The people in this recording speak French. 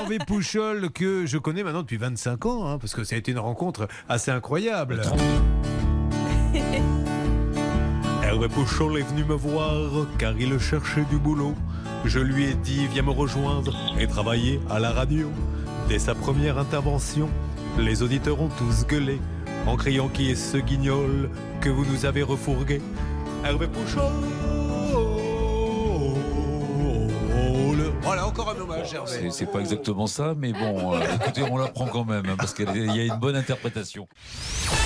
Hervé Pouchol, que je connais maintenant depuis 25 ans, hein, parce que ça a été une rencontre assez incroyable. Hervé Pouchol est venu me voir car il cherchait du boulot. Je lui ai dit viens me rejoindre et travailler à la radio. Dès sa première intervention, les auditeurs ont tous gueulé en criant qui est ce guignol que vous nous avez refourgué. Hervé Pouchol. Voilà, encore un hommage, Hervé. C'est pas exactement ça, mais bon, écoutez, on l'apprend quand même, hein, parce qu'il y a une bonne interprétation.